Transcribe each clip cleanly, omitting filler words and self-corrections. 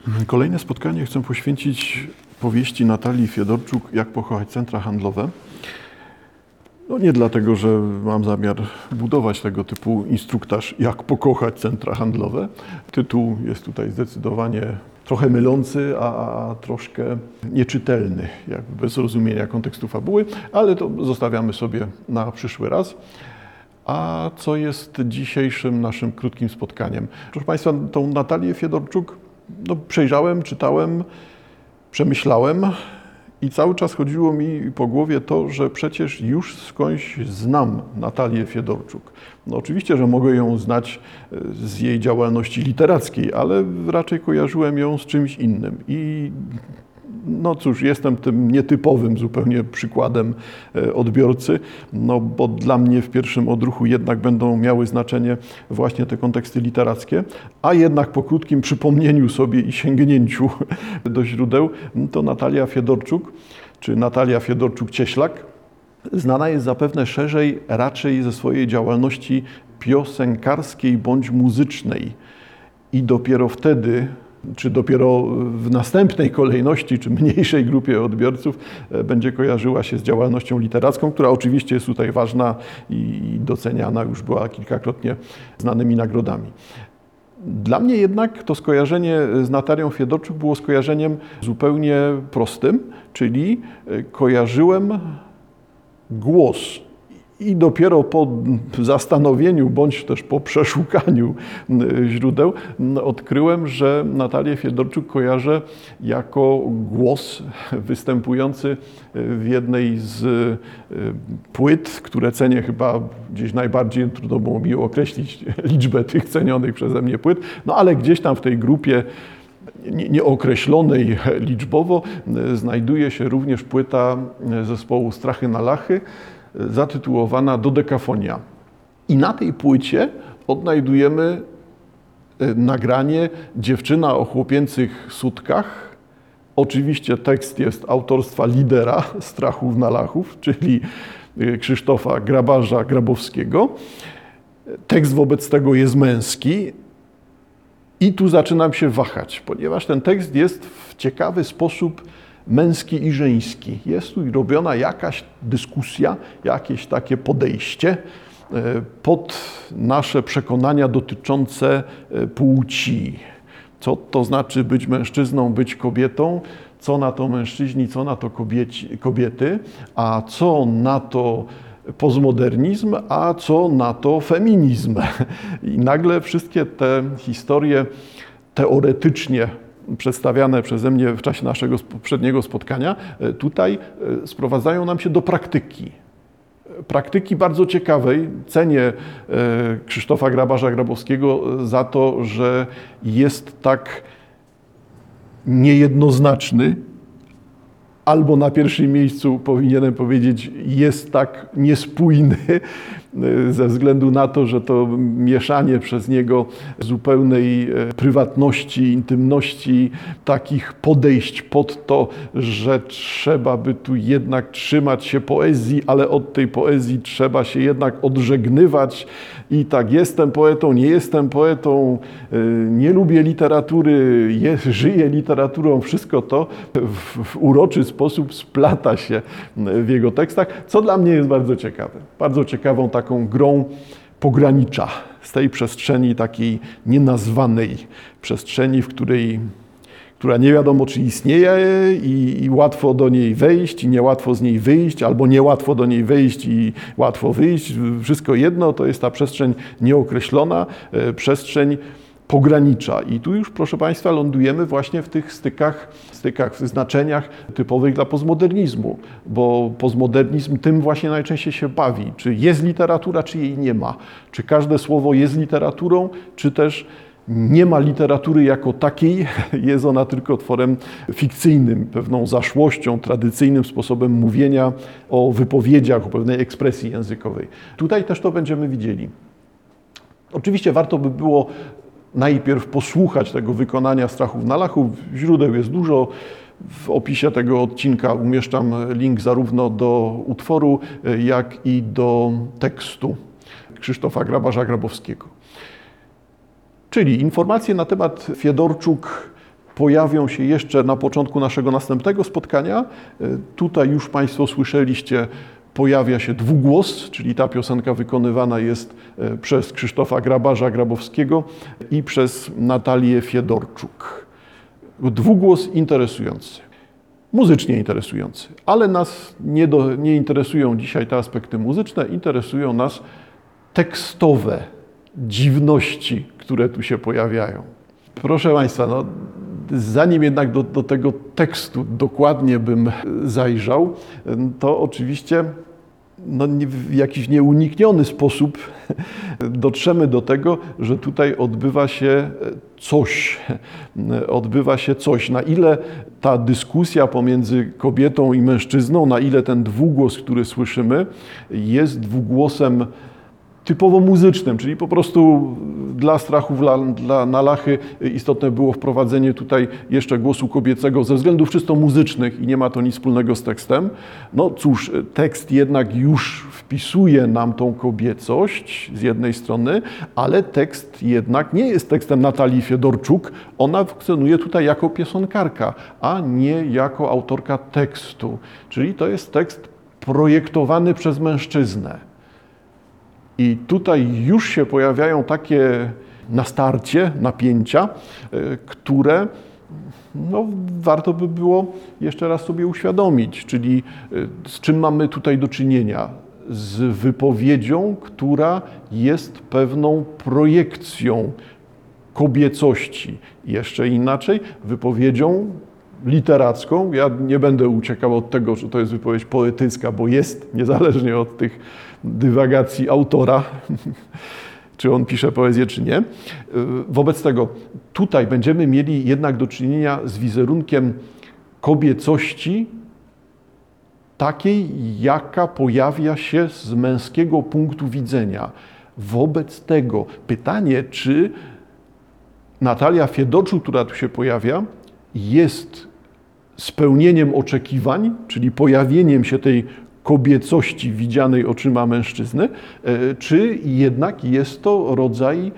Kolejne spotkanie chcę poświęcić powieści Natalii Fiedorczuk „Jak pokochać centra handlowe”. No nie dlatego, że mam zamiar budować tego typu instruktaż „Jak pokochać centra handlowe”. Tytuł jest tutaj zdecydowanie trochę mylący, a troszkę nieczytelny, jakby bez rozumienia kontekstu fabuły, ale to zostawiamy sobie na przyszły raz. A co jest dzisiejszym naszym krótkim spotkaniem? Proszę Państwa, tą Natalię Fiedorczuk przejrzałem, czytałem, przemyślałem i cały czas chodziło mi po głowie to, że przecież już skądś znam Natalię Fiedorczuk. No oczywiście, że mogę ją znać z jej działalności literackiej, ale raczej kojarzyłem ją z czymś innym. I no cóż, jestem tym nietypowym zupełnie przykładem odbiorcy, no bo dla mnie w pierwszym odruchu jednak będą miały znaczenie właśnie te konteksty literackie, a jednak po krótkim przypomnieniu sobie i sięgnięciu do źródeł, to Natalia Fiedorczuk, czy Natalia Fiedorczuk-Cieślak, znana jest zapewne szerzej raczej ze swojej działalności piosenkarskiej bądź muzycznej i dopiero wtedy, czy dopiero w następnej kolejności, czy mniejszej grupie odbiorców będzie kojarzyła się z działalnością literacką, która oczywiście jest tutaj ważna i doceniana już była kilkakrotnie znanymi nagrodami. Dla mnie jednak to skojarzenie z Natalią Fiedorczuk było skojarzeniem zupełnie prostym, czyli kojarzyłem głos. I dopiero po zastanowieniu, bądź też po przeszukaniu źródeł odkryłem, że Natalię Fiedorczuk kojarzę jako głos występujący w jednej z płyt, które cenię chyba gdzieś najbardziej, trudno było mi określić liczbę tych cenionych przeze mnie płyt, no ale gdzieś tam w tej grupie nieokreślonej liczbowo znajduje się również płyta zespołu Strachy na Lachy, zatytułowana Dodekafonia. I na tej płycie odnajdujemy nagranie Dziewczyna o chłopięcych sutkach. Oczywiście tekst jest autorstwa lidera Strachów na Lachów, czyli Krzysztofa Grabarza-Grabowskiego. Tekst wobec tego jest męski i tu zaczynam się wahać, ponieważ ten tekst jest w ciekawy sposób męski i żeński. Jest tu robiona jakaś dyskusja, jakieś takie podejście pod nasze przekonania dotyczące płci. Co to znaczy być mężczyzną, być kobietą, co na to mężczyźni, co na to kobiety, a co na to postmodernizm, a co na to feminizm. I nagle wszystkie te historie teoretycznie przedstawiane przeze mnie w czasie naszego poprzedniego spotkania, tutaj sprowadzają nam się do praktyki. Praktyki bardzo ciekawej. Cenię Krzysztofa Grabarza-Grabowskiego za to, że jest tak niejednoznaczny, albo na pierwszym miejscu powinienem powiedzieć, jest tak niespójny ze względu na to, że to mieszanie przez niego zupełnej prywatności, intymności, takich podejść pod to, że trzeba by tu jednak trzymać się poezji, ale od tej poezji trzeba się jednak odżegnywać i tak jestem poetą, nie jestem poetą, nie lubię literatury, żyję literaturą, wszystko to w uroczy sposób splata się w jego tekstach, co dla mnie jest bardzo ciekawe. Bardzo ciekawą taką grą pogranicza z tej przestrzeni takiej nienazwanej, przestrzeni, która nie wiadomo czy istnieje i łatwo do niej wejść i niełatwo z niej wyjść, albo niełatwo do niej wejść i łatwo wyjść. Wszystko jedno, to jest ta przestrzeń nieokreślona, przestrzeń pogranicza. I tu już, proszę Państwa, lądujemy właśnie w tych stykach, w znaczeniach typowych dla postmodernizmu, bo postmodernizm tym właśnie najczęściej się bawi. Czy jest literatura, czy jej nie ma. Czy każde słowo jest literaturą, czy też nie ma literatury jako takiej, jest ona tylko tworem fikcyjnym, pewną zaszłością, tradycyjnym sposobem mówienia o wypowiedziach, o pewnej ekspresji językowej. Tutaj też to będziemy widzieli. Oczywiście warto by było najpierw posłuchać tego wykonania Strachów na Lachów. Źródeł jest dużo. W opisie tego odcinka umieszczam link zarówno do utworu, jak i do tekstu Krzysztofa Grabarza-Grabowskiego. Czyli informacje na temat Fiedorczuk pojawią się jeszcze na początku naszego następnego spotkania. Tutaj już Państwo słyszeliście, pojawia się dwugłos, czyli ta piosenka wykonywana jest przez Krzysztofa Grabarza-Grabowskiego i przez Natalię Fiedorczuk. Dwugłos interesujący, muzycznie interesujący, ale nas nie interesują dzisiaj te aspekty muzyczne, interesują nas tekstowe dziwności, które tu się pojawiają. Proszę Państwa, no, zanim jednak do tego tekstu dokładnie bym zajrzał, to oczywiście w jakiś nieunikniony sposób dotrzemy do tego, że tutaj odbywa się coś. Na ile ta dyskusja pomiędzy kobietą i mężczyzną, na ile ten dwugłos, który słyszymy, jest dwugłosem typowo muzycznym, czyli po prostu dla strachów, na lachy istotne było wprowadzenie tutaj jeszcze głosu kobiecego ze względów czysto muzycznych i nie ma to nic wspólnego z tekstem. No cóż, tekst jednak już wpisuje nam tą kobiecość z jednej strony, ale tekst jednak nie jest tekstem Natalii Fiedorczuk. Ona funkcjonuje tutaj jako piosenkarka, a nie jako autorka tekstu. Czyli to jest tekst projektowany przez mężczyznę. I tutaj już się pojawiają takie na starcie napięcia, które warto by było jeszcze raz sobie uświadomić, czyli z czym mamy tutaj do czynienia? Z wypowiedzią, która jest pewną projekcją kobiecości. Jeszcze inaczej, wypowiedzią literacką. Ja nie będę uciekał od tego, że to jest wypowiedź poetycka, bo jest, niezależnie od tych dywagacji autora, czy on pisze poezję, czy nie. Wobec tego tutaj będziemy mieli jednak do czynienia z wizerunkiem kobiecości takiej, jaka pojawia się z męskiego punktu widzenia. Wobec tego pytanie, czy Natalia Fiedorczuk, która tu się pojawia, jest spełnieniem oczekiwań, czyli pojawieniem się tej kobiecości widzianej oczyma mężczyzny, czy jednak jest to rodzaj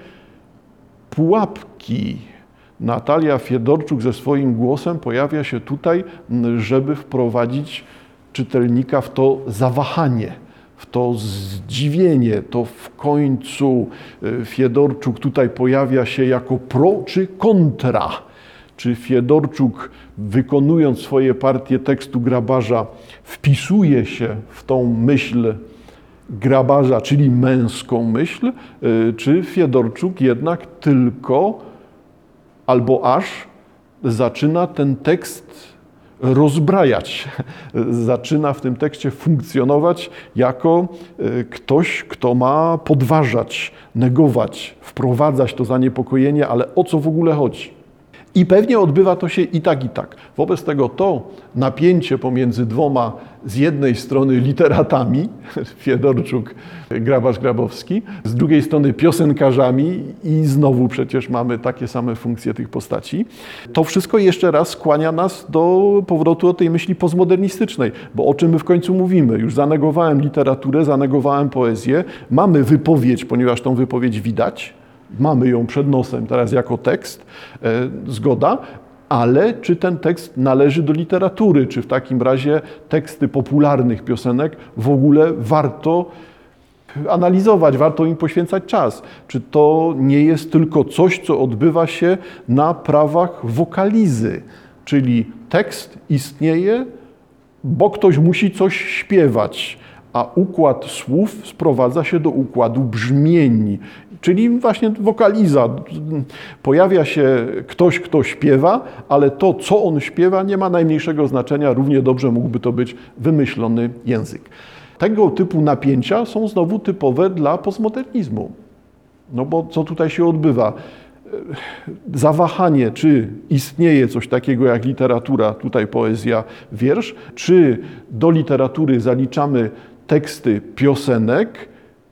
pułapki. Natalia Fiedorczuk ze swoim głosem pojawia się tutaj, żeby wprowadzić czytelnika w to zawahanie, w to zdziwienie. To w końcu Fiedorczuk tutaj pojawia się jako pro czy kontra. Czy Fiedorczuk, wykonując swoje partie tekstu Grabarza, wpisuje się w tą myśl Grabarza, czyli męską myśl, czy Fiedorczuk jednak tylko albo aż zaczyna ten tekst rozbrajać, zaczyna w tym tekście funkcjonować jako ktoś, kto ma podważać, negować, wprowadzać to zaniepokojenie, ale o co w ogóle chodzi? I pewnie odbywa to się i tak, i tak. Wobec tego to napięcie pomiędzy dwoma z jednej strony literatami, Fiedorczuk, Grabarz-Grabowski, z drugiej strony piosenkarzami i znowu przecież mamy takie same funkcje tych postaci. To wszystko jeszcze raz skłania nas do powrotu do tej myśli postmodernistycznej, bo o czym my w końcu mówimy? Już zanegowałem literaturę, zanegowałem poezję, mamy wypowiedź, ponieważ tą wypowiedź widać, mamy ją przed nosem teraz jako tekst, zgoda, ale czy ten tekst należy do literatury, czy w takim razie teksty popularnych piosenek w ogóle warto analizować, warto im poświęcać czas? Czy to nie jest tylko coś, co odbywa się na prawach wokalizy, czyli tekst istnieje, bo ktoś musi coś śpiewać, a układ słów sprowadza się do układu brzmień, czyli właśnie wokaliza. Pojawia się ktoś, kto śpiewa, ale to, co on śpiewa, nie ma najmniejszego znaczenia. Równie dobrze mógłby to być wymyślony język. Tego typu napięcia są znowu typowe dla postmodernizmu. No bo co tutaj się odbywa? Zawahanie, czy istnieje coś takiego jak literatura, tutaj poezja, wiersz, czy do literatury zaliczamy teksty piosenek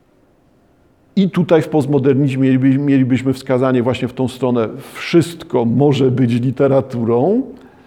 i tutaj w postmodernizmie mielibyśmy wskazanie właśnie w tą stronę, wszystko może być literaturą,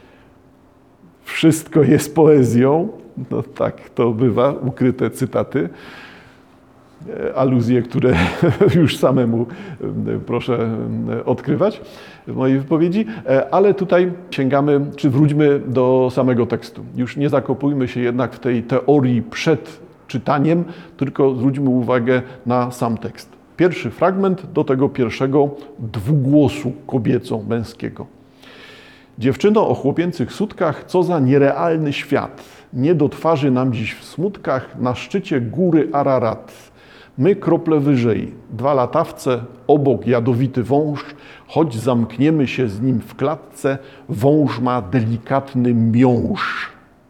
wszystko jest poezją, no tak to bywa, ukryte cytaty. aluzje, które już samemu proszę odkrywać w mojej wypowiedzi, ale tutaj sięgamy, czy wróćmy do samego tekstu. Już nie zakopujmy się jednak w tej teorii przed czytaniem, tylko zwróćmy uwagę na sam tekst. Pierwszy fragment do tego pierwszego dwugłosu kobieco-męskiego. Dziewczyno o chłopięcych sutkach, co za nierealny świat. Nie do twarzy nam dziś w smutkach, na szczycie góry Ararat. My krople wyżej, 2 latawce, obok jadowity wąż, choć zamkniemy się z nim w klatce, wąż ma delikatny miąższ.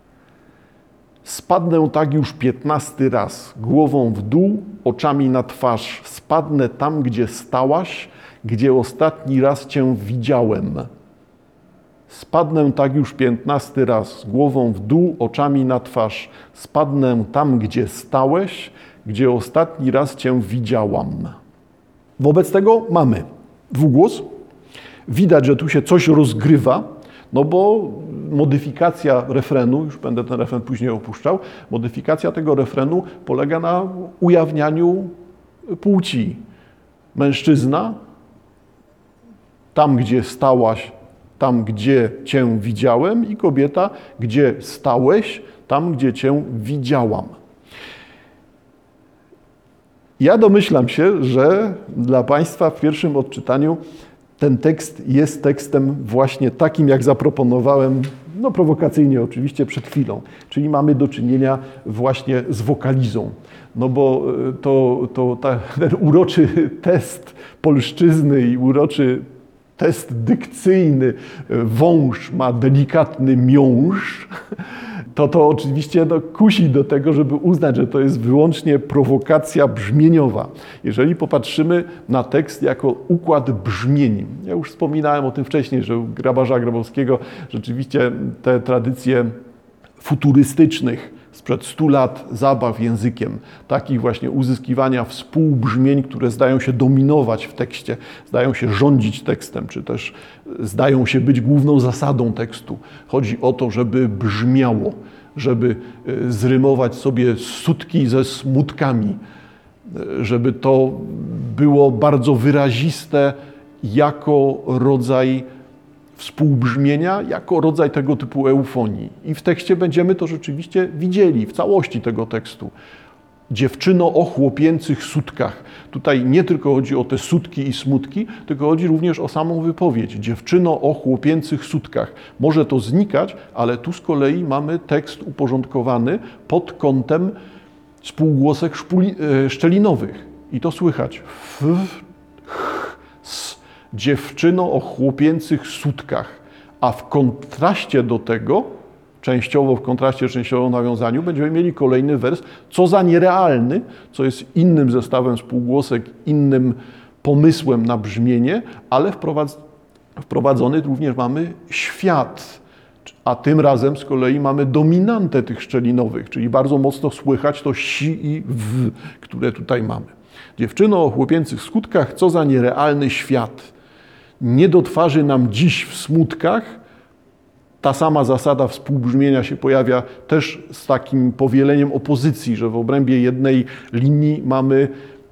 Spadnę tak już 15 raz, głową w dół, oczami na twarz. Spadnę tam, gdzie stałaś, gdzie ostatni raz cię widziałem. Spadnę tak już 15 raz, głową w dół, oczami na twarz. Spadnę tam, gdzie stałeś, gdzie ostatni raz cię widziałam. Wobec tego mamy dwugłos. Widać, że tu się coś rozgrywa, no bo modyfikacja refrenu, już będę ten refren później opuszczał, modyfikacja tego refrenu polega na ujawnianiu płci. Mężczyzna, tam gdzie stałaś, tam gdzie cię widziałem, i kobieta, gdzie stałeś, tam gdzie cię widziałam. Ja domyślam się, że dla Państwa w pierwszym odczytaniu ten tekst jest tekstem właśnie takim, jak zaproponowałem, no prowokacyjnie oczywiście przed chwilą. Czyli mamy do czynienia właśnie z wokalizą. No bo ten uroczy test polszczyzny i uroczy test dykcyjny, wąż ma delikatny miąższ, to oczywiście kusi do tego, żeby uznać, że to jest wyłącznie prowokacja brzmieniowa. Jeżeli popatrzymy na tekst jako układ brzmień, ja już wspominałem o tym wcześniej, że u Grabarza Grabowskiego rzeczywiście te tradycje futurystycznych sprzed 100 lat zabaw językiem, takich właśnie uzyskiwania współbrzmień, które zdają się dominować w tekście, zdają się rządzić tekstem, czy też zdają się być główną zasadą tekstu. Chodzi o to, żeby brzmiało, żeby zrymować sobie sutki ze smutkami, żeby to było bardzo wyraziste jako rodzaj współbrzmienia, jako rodzaj tego typu eufonii. I w tekście będziemy to rzeczywiście widzieli, w całości tego tekstu. Dziewczyno o chłopięcych sutkach. Tutaj nie tylko chodzi o te sutki i smutki, tylko chodzi również o samą wypowiedź. Dziewczyno o chłopięcych sutkach. Może to znikać, ale tu z kolei mamy tekst uporządkowany pod kątem spółgłosek szczelinowych. I to słychać. F, ch, s. Dziewczyno o chłopięcych sutkach. A w kontraście do tego, częściowo w kontraście, częściowo w nawiązaniu, będziemy mieli kolejny wers, co za nierealny, co jest innym zestawem spółgłosek, innym pomysłem na brzmienie, ale wprowadzony również mamy świat, a tym razem z kolei mamy dominantę tych szczelinowych, czyli bardzo mocno słychać to si i w, które tutaj mamy. Dziewczyno o chłopięcych skutkach, co za nierealny świat. Nie do twarzy nam dziś w smutkach. Ta sama zasada współbrzmienia się pojawia też z takim powieleniem opozycji, że w obrębie jednej linii mamy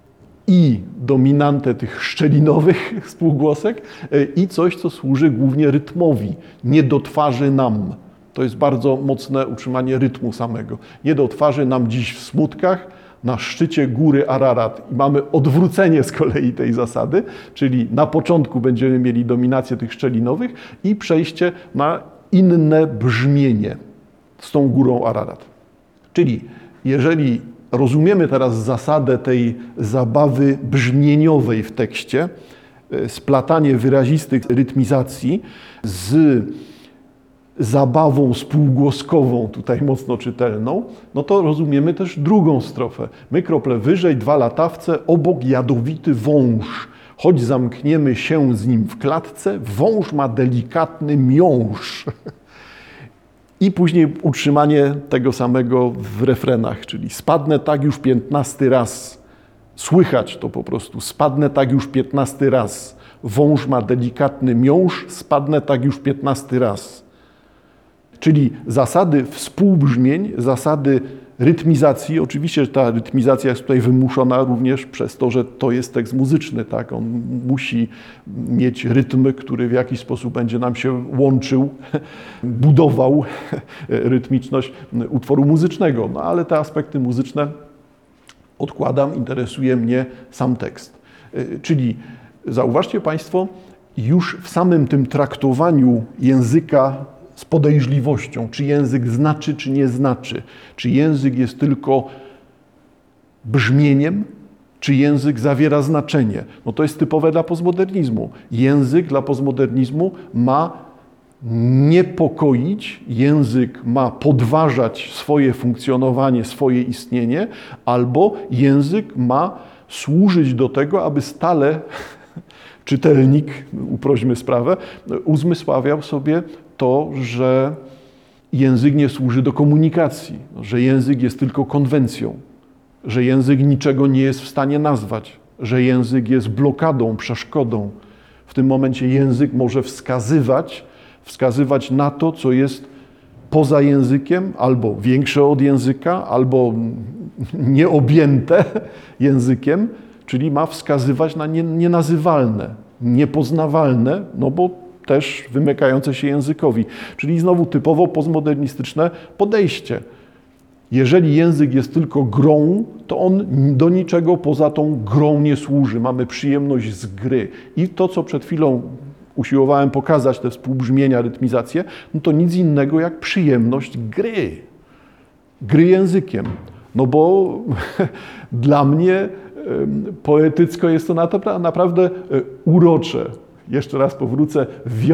i dominantę tych szczelinowych spółgłosek i coś, co służy głównie rytmowi. Nie do twarzy nam. To jest bardzo mocne utrzymanie rytmu samego. Nie do twarzy nam dziś w smutkach, na szczycie góry Ararat. I mamy odwrócenie z kolei tej zasady, czyli na początku będziemy mieli dominację tych szczelinowych i przejście na inne brzmienie z tą górą Ararat. Czyli jeżeli rozumiemy teraz zasadę tej zabawy brzmieniowej w tekście, splatanie wyrazistych rytmizacji z zabawą spółgłoskową, tutaj mocno czytelną, no to rozumiemy też drugą strofę. My krople wyżej, 2 latawce, obok jadowity wąż. Choć zamkniemy się z nim w klatce, wąż ma delikatny miąższ. I później utrzymanie tego samego w refrenach, czyli spadnę tak już 15 raz. Słychać to po prostu. Spadnę tak już 15 raz. Wąż ma delikatny miąższ, spadnę tak już 15 raz. Czyli zasady współbrzmień, zasady rytmizacji. Oczywiście, że ta rytmizacja jest tutaj wymuszona również przez to, że to jest tekst muzyczny, tak? On musi mieć rytm, który w jakiś sposób będzie nam się łączył, budował rytmiczność utworu muzycznego. No ale te aspekty muzyczne odkładam, interesuje mnie sam tekst. Czyli zauważcie Państwo, już w samym tym traktowaniu języka z podejrzliwością, czy język znaczy, czy nie znaczy, czy język jest tylko brzmieniem, czy język zawiera znaczenie. No to jest typowe dla postmodernizmu. Język dla postmodernizmu ma niepokoić, język ma podważać swoje funkcjonowanie, swoje istnienie, albo język ma służyć do tego, aby stale czytelnik, uprośmy sprawę, uzmysławiał sobie to, że język nie służy do komunikacji, że język jest tylko konwencją, że język niczego nie jest w stanie nazwać, że język jest blokadą, przeszkodą. W tym momencie język może wskazywać na to, co jest poza językiem, albo większe od języka, albo nieobjęte językiem, czyli ma wskazywać na nienazywalne, niepoznawalne, no bo też wymykające się językowi. Czyli znowu typowo postmodernistyczne podejście. Jeżeli język jest tylko grą, to on do niczego poza tą grą nie służy. Mamy przyjemność z gry. I to, co przed chwilą usiłowałem pokazać, te współbrzmienia, rytmizację, no to nic innego jak przyjemność gry. Gry językiem. No bo dla mnie poetycko jest to naprawdę urocze. Jeszcze raz powrócę,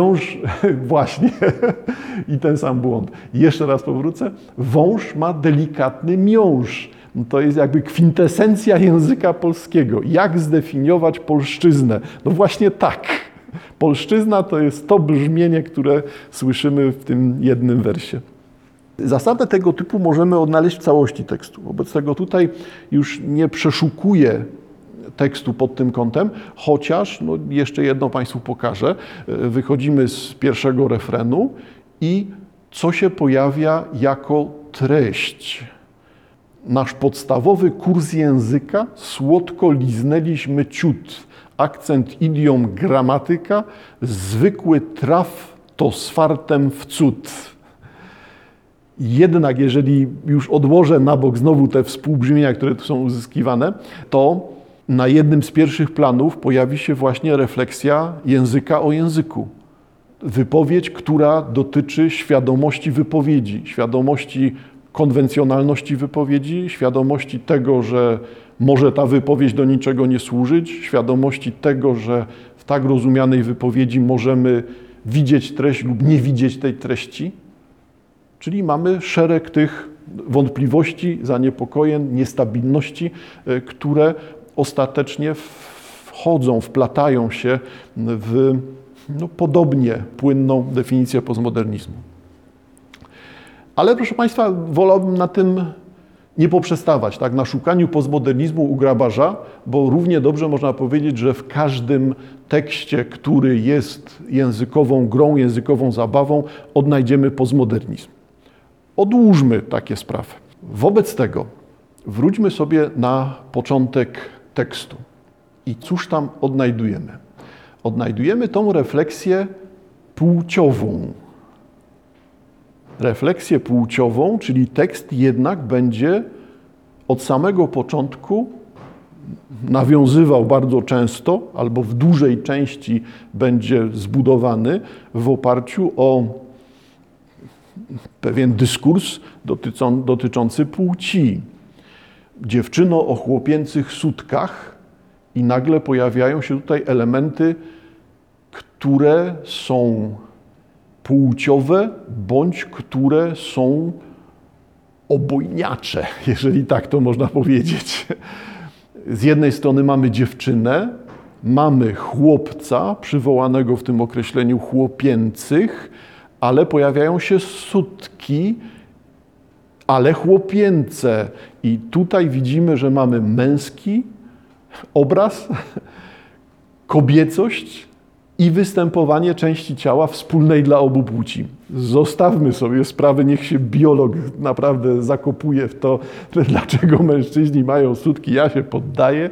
właśnie i ten sam błąd. Jeszcze raz powrócę, wąż ma delikatny miąższ. To jest jakby kwintesencja języka polskiego. Jak zdefiniować polszczyznę? No właśnie tak. Polszczyzna to jest to brzmienie, które słyszymy w tym jednym wersie. Zasadę tego typu możemy odnaleźć w całości tekstu. Wobec tego tutaj już nie przeszukuję tekstu pod tym kątem, chociaż jeszcze jedno Państwu pokażę. Wychodzimy z pierwszego refrenu i co się pojawia jako treść. Nasz podstawowy kurs języka słodko liznęliśmy ciut. Akcent, idiom, gramatyka, zwykły traf to z fartem w cud. Jednak jeżeli już odłożę na bok znowu te współbrzmienia, które tu są uzyskiwane, to na jednym z pierwszych planów pojawi się właśnie refleksja języka o języku. Wypowiedź, która dotyczy świadomości wypowiedzi, świadomości konwencjonalności wypowiedzi, świadomości tego, że może ta wypowiedź do niczego nie służyć, świadomości tego, że w tak rozumianej wypowiedzi możemy widzieć treść lub nie widzieć tej treści. Czyli mamy szereg tych wątpliwości, zaniepokojeń, niestabilności, które ostatecznie wplatają się w podobnie płynną definicję postmodernizmu. Ale proszę Państwa, wolałbym na tym nie poprzestawać, tak, na szukaniu postmodernizmu u Grabarza, bo równie dobrze można powiedzieć, że w każdym tekście, który jest językową grą, językową zabawą, odnajdziemy postmodernizm. Odłóżmy takie sprawy. Wobec tego wróćmy sobie na początek tekstu. I cóż tam odnajdujemy? Odnajdujemy tą refleksję płciową. Refleksję płciową, czyli tekst jednak będzie od samego początku nawiązywał bardzo często, albo w dużej części będzie zbudowany w oparciu o pewien dyskurs dotyczący płci. Dziewczyno o chłopięcych sutkach i nagle pojawiają się tutaj elementy, które są płciowe, bądź które są obojniacze, jeżeli tak to można powiedzieć. Z jednej strony mamy dziewczynę, mamy chłopca, przywołanego w tym określeniu chłopięcych, ale pojawiają się sutki, ale chłopięce. I tutaj widzimy, że mamy męski obraz, kobiecość i występowanie części ciała wspólnej dla obu płci. Zostawmy sobie sprawę, niech się biolog naprawdę zakopuje w to, dlaczego mężczyźni mają sutki. Ja się poddaję.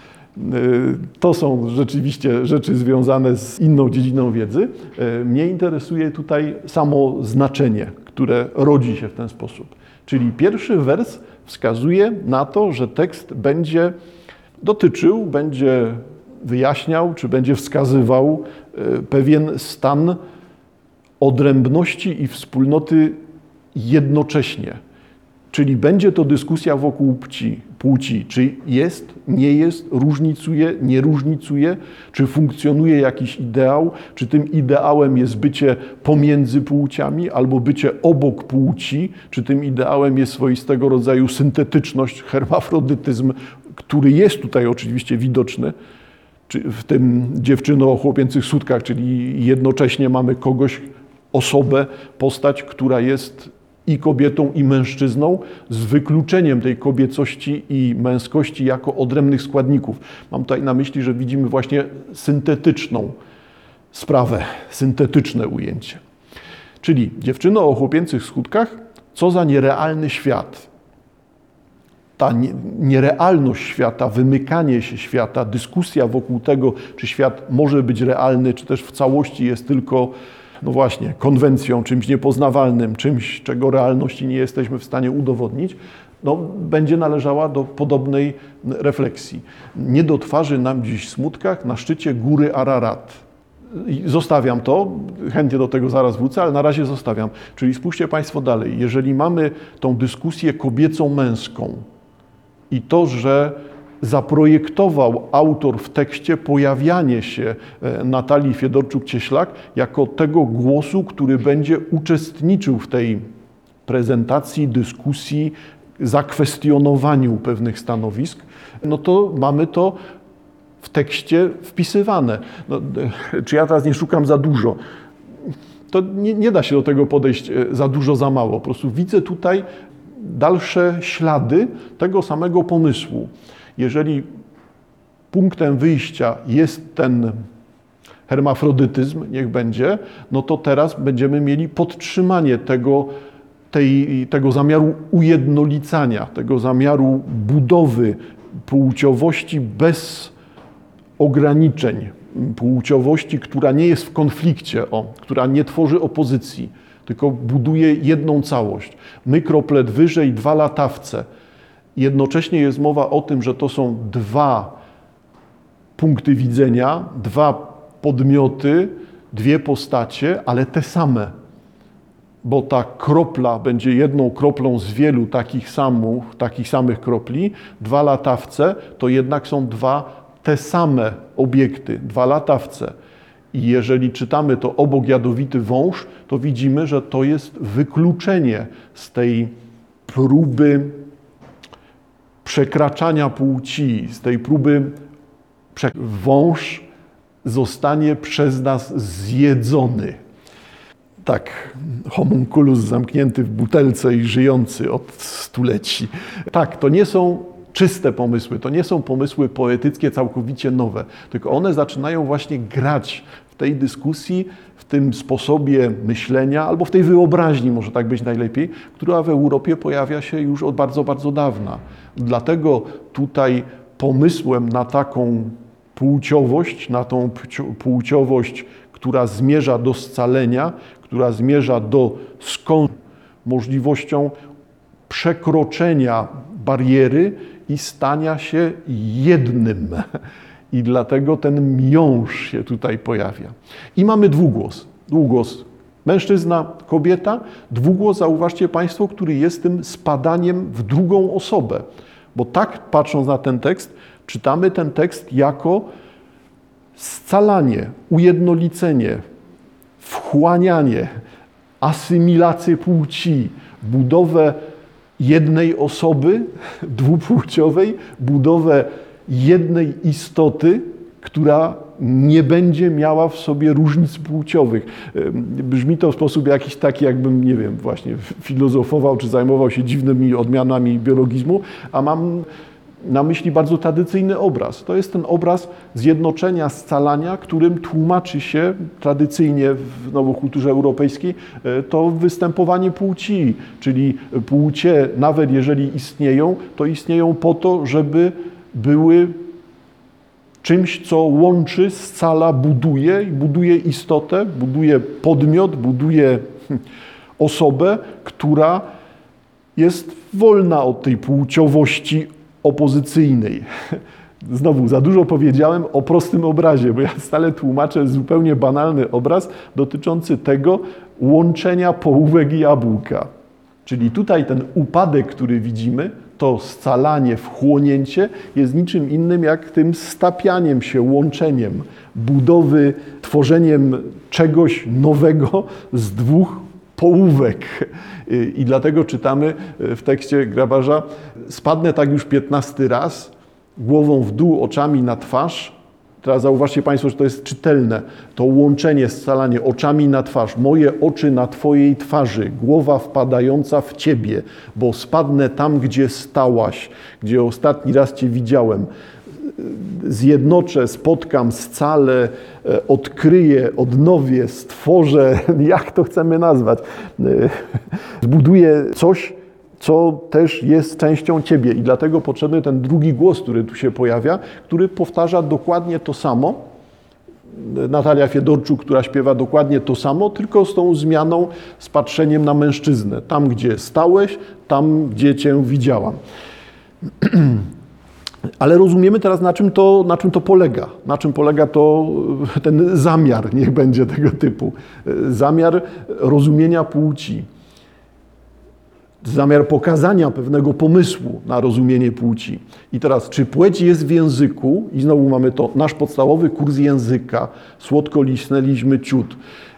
To są rzeczywiście rzeczy związane z inną dziedziną wiedzy. Mnie interesuje tutaj samo znaczenie, które rodzi się w ten sposób. Czyli pierwszy wers wskazuje na to, że tekst będzie dotyczył, będzie wyjaśniał, czy będzie wskazywał pewien stan odrębności i wspólnoty jednocześnie. Czyli będzie to dyskusja wokół płci, czy jest, nie jest, różnicuje, nie różnicuje, czy funkcjonuje jakiś ideał, czy tym ideałem jest bycie pomiędzy płciami albo bycie obok płci, czy tym ideałem jest swoistego rodzaju syntetyczność, hermafrodytyzm, który jest tutaj oczywiście widoczny, czy w tym dziewczyno o chłopięcych sutkach, czyli jednocześnie mamy kogoś, osobę, postać, która jest i kobietą, i mężczyzną, z wykluczeniem tej kobiecości i męskości jako odrębnych składników. Mam tutaj na myśli, że widzimy właśnie syntetyczną sprawę, syntetyczne ujęcie. Czyli dziewczyno o chłopięcych sutkach, co za nierealny świat. Ta nierealność świata, wymykanie się świata, dyskusja wokół tego, czy świat może być realny, czy też w całości jest tylko, no właśnie, konwencją, czymś niepoznawalnym, czymś, czego realności nie jesteśmy w stanie udowodnić, no, będzie należała do podobnej refleksji. Nie dotwarzy nam dziś smutkach na szczycie góry Ararat. Zostawiam to, chętnie do tego zaraz wrócę, ale na razie zostawiam. Czyli spójrzcie Państwo dalej. Jeżeli mamy tą dyskusję kobiecą-męską i to, że zaprojektował autor w tekście pojawianie się Natalii Fiedorczuk-Cieślak jako tego głosu, który będzie uczestniczył w tej prezentacji, dyskusji, zakwestionowaniu pewnych stanowisk, no to mamy to w tekście wpisywane. No, czy ja teraz nie szukam za dużo? To nie da się do tego podejść za dużo, za mało. Po prostu widzę tutaj dalsze ślady tego samego pomysłu. Jeżeli punktem wyjścia jest ten hermafrodytyzm, niech będzie, no to teraz będziemy mieli podtrzymanie tego zamiaru ujednolicania, tego zamiaru budowy płciowości bez ograniczeń, płciowości, która nie jest w konflikcie, która nie tworzy opozycji, tylko buduje jedną całość. Mykroplet wyżej, dwa latawce. Jednocześnie jest mowa o tym, że to są dwa punkty widzenia, dwa podmioty, dwie postacie, ale te same. Bo ta kropla będzie jedną kroplą z wielu takich samych kropli. Dwa latawce to jednak są dwa te same obiekty, dwa latawce. I jeżeli czytamy to obok jadowity wąż, to widzimy, że to jest wykluczenie z tej próby przekraczania płci, z tej próby wąż zostanie przez nas zjedzony. Tak, homunculus zamknięty w butelce i żyjący od stuleci. Tak, to nie są czyste pomysły, to nie są pomysły poetyckie, całkowicie nowe, tylko one zaczynają właśnie grać w tej dyskusji, w tym sposobie myślenia, albo w tej wyobraźni, może tak być najlepiej, która w Europie pojawia się już od bardzo, bardzo dawna. Dlatego tutaj pomysłem na taką płciowość, która zmierza do scalenia, która zmierza do możliwością przekroczenia bariery i stania się jednym. I dlatego ten miąższ się tutaj pojawia. I mamy dwugłos. Dwugłos mężczyzna, kobieta. Dwugłos, zauważcie Państwo, który jest tym spadaniem w drugą osobę. Bo tak, patrząc na ten tekst, czytamy ten tekst jako scalanie, ujednolicenie, wchłanianie, asymilację płci, budowę jednej osoby dwupłciowej, budowę jednej istoty, która nie będzie miała w sobie różnic płciowych. Brzmi to w sposób jakiś taki, jakbym, nie wiem, właśnie filozofował, czy zajmował się dziwnymi odmianami biologizmu, a mam na myśli bardzo tradycyjny obraz. To jest ten obraz zjednoczenia, scalania, którym tłumaczy się tradycyjnie w nowokulturze europejskiej to występowanie płci, czyli płcie, nawet jeżeli istnieją, to istnieją po to, żeby były czymś, co łączy, scala, buduje istotę, buduje podmiot, buduje osobę, która jest wolna od tej płciowości opozycyjnej. Znowu, za dużo powiedziałem o prostym obrazie, bo ja stale tłumaczę zupełnie banalny obraz dotyczący tego łączenia połówek i jabłka. Czyli tutaj ten upadek, który widzimy, to scalanie, wchłonięcie jest niczym innym jak tym stapianiem się, łączeniem budowy, tworzeniem czegoś nowego z dwóch połówek. I dlatego czytamy w tekście Grabarza: spadnę tak już 15 raz, głową w dół, oczami na twarz. Teraz zauważcie Państwo, że to jest czytelne. To łączenie, scalanie oczami na twarz. Moje oczy na Twojej twarzy, głowa wpadająca w Ciebie, bo spadnę tam, gdzie stałaś, gdzie ostatni raz Cię widziałem. Zjednoczę, spotkam, scalę, odkryję, odnowię, stworzę, jak to chcemy nazwać. Zbuduję coś, co też jest częścią Ciebie. I dlatego potrzebny ten drugi głos, który tu się pojawia, który powtarza dokładnie to samo. Natalia Fiedorczuk, która śpiewa dokładnie to samo, tylko z tą zmianą, z patrzeniem na mężczyznę. Tam, gdzie stałeś, tam, gdzie Cię widziałam. Ale rozumiemy teraz, na czym to polega. Na czym polega ten zamiar, niech będzie tego typu. Zamiar rozumienia płci. Zamiar pokazania pewnego pomysłu na rozumienie płci. I teraz, czy płeć jest w języku? I znowu mamy to, nasz podstawowy kurs języka. Słodko lisnęliśmy ciut.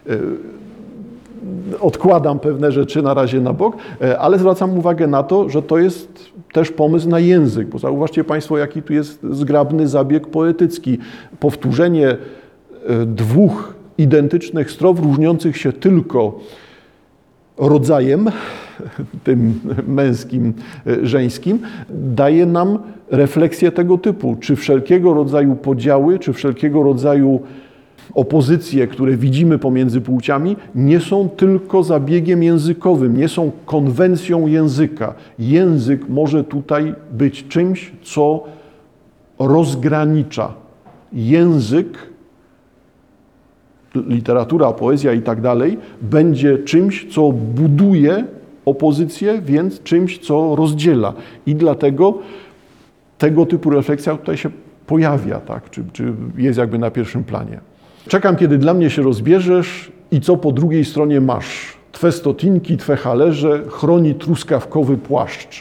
Odkładam pewne rzeczy na razie na bok, ale zwracam uwagę na to, że to jest też pomysł na język, bo zauważcie Państwo, jaki tu jest zgrabny zabieg poetycki. Powtórzenie dwóch identycznych strof, różniących się tylko rodzajem, tym męskim, żeńskim, daje nam refleksję tego typu. Czy wszelkiego rodzaju podziały, czy wszelkiego rodzaju opozycje, które widzimy pomiędzy płciami, nie są tylko zabiegiem językowym, nie są konwencją języka. Język może tutaj być czymś, co rozgranicza. Język, literatura, poezja i tak dalej, będzie czymś, co buduje opozycję, więc czymś, co rozdziela. I dlatego tego typu refleksja tutaj się pojawia, tak? Czy jest jakby na pierwszym planie. Czekam, kiedy dla mnie się rozbierzesz i co po drugiej stronie masz. Twe stotinki, Twe halerze chroni truskawkowy płaszcz.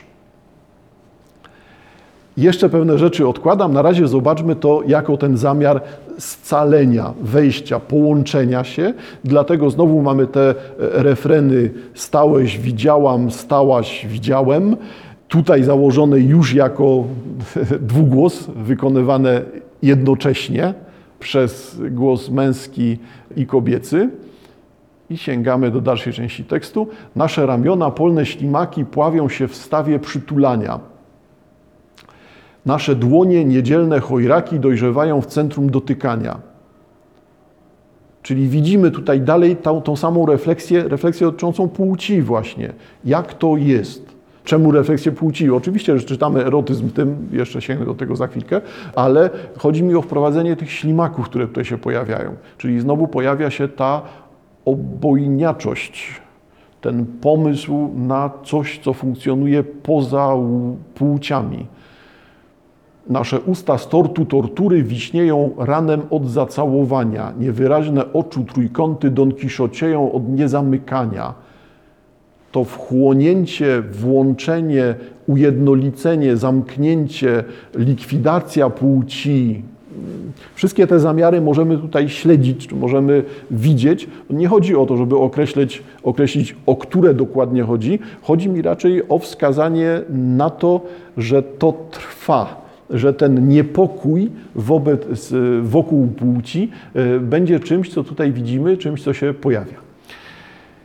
Jeszcze pewne rzeczy odkładam. Na razie zobaczmy to jako ten zamiar scalenia, wejścia, połączenia się. Dlatego znowu mamy te refreny: stałeś, widziałam, stałaś, widziałem. Tutaj założone już jako dwugłos, wykonywane jednocześnie przez głos męski i kobiecy. I sięgamy do dalszej części tekstu. Nasze ramiona, polne ślimaki pławią się w stawie przytulania. Nasze dłonie, niedzielne chojraki dojrzewają w centrum dotykania. Czyli widzimy tutaj dalej tą samą refleksję dotyczącą płci właśnie. Jak to jest? Czemu refleksję płci? Oczywiście, że czytamy erotyzm, tym jeszcze sięgnę do tego za chwilkę, ale chodzi mi o wprowadzenie tych ślimaków, które tutaj się pojawiają. Czyli znowu pojawia się ta obojniaczość, ten pomysł na coś, co funkcjonuje poza płciami. Nasze usta z tortu tortury wiśnieją ranem od zacałowania. Niewyraźne oczu trójkąty donkiszocieją od niezamykania. To wchłonięcie, włączenie, ujednolicenie, zamknięcie, likwidacja płci. Wszystkie te zamiary możemy tutaj śledzić, czy możemy widzieć. Nie chodzi o to, żeby określić, o które dokładnie chodzi. Chodzi mi raczej o wskazanie na to, że to trwa, że ten niepokój wokół płci będzie czymś, co tutaj widzimy, czymś, co się pojawia.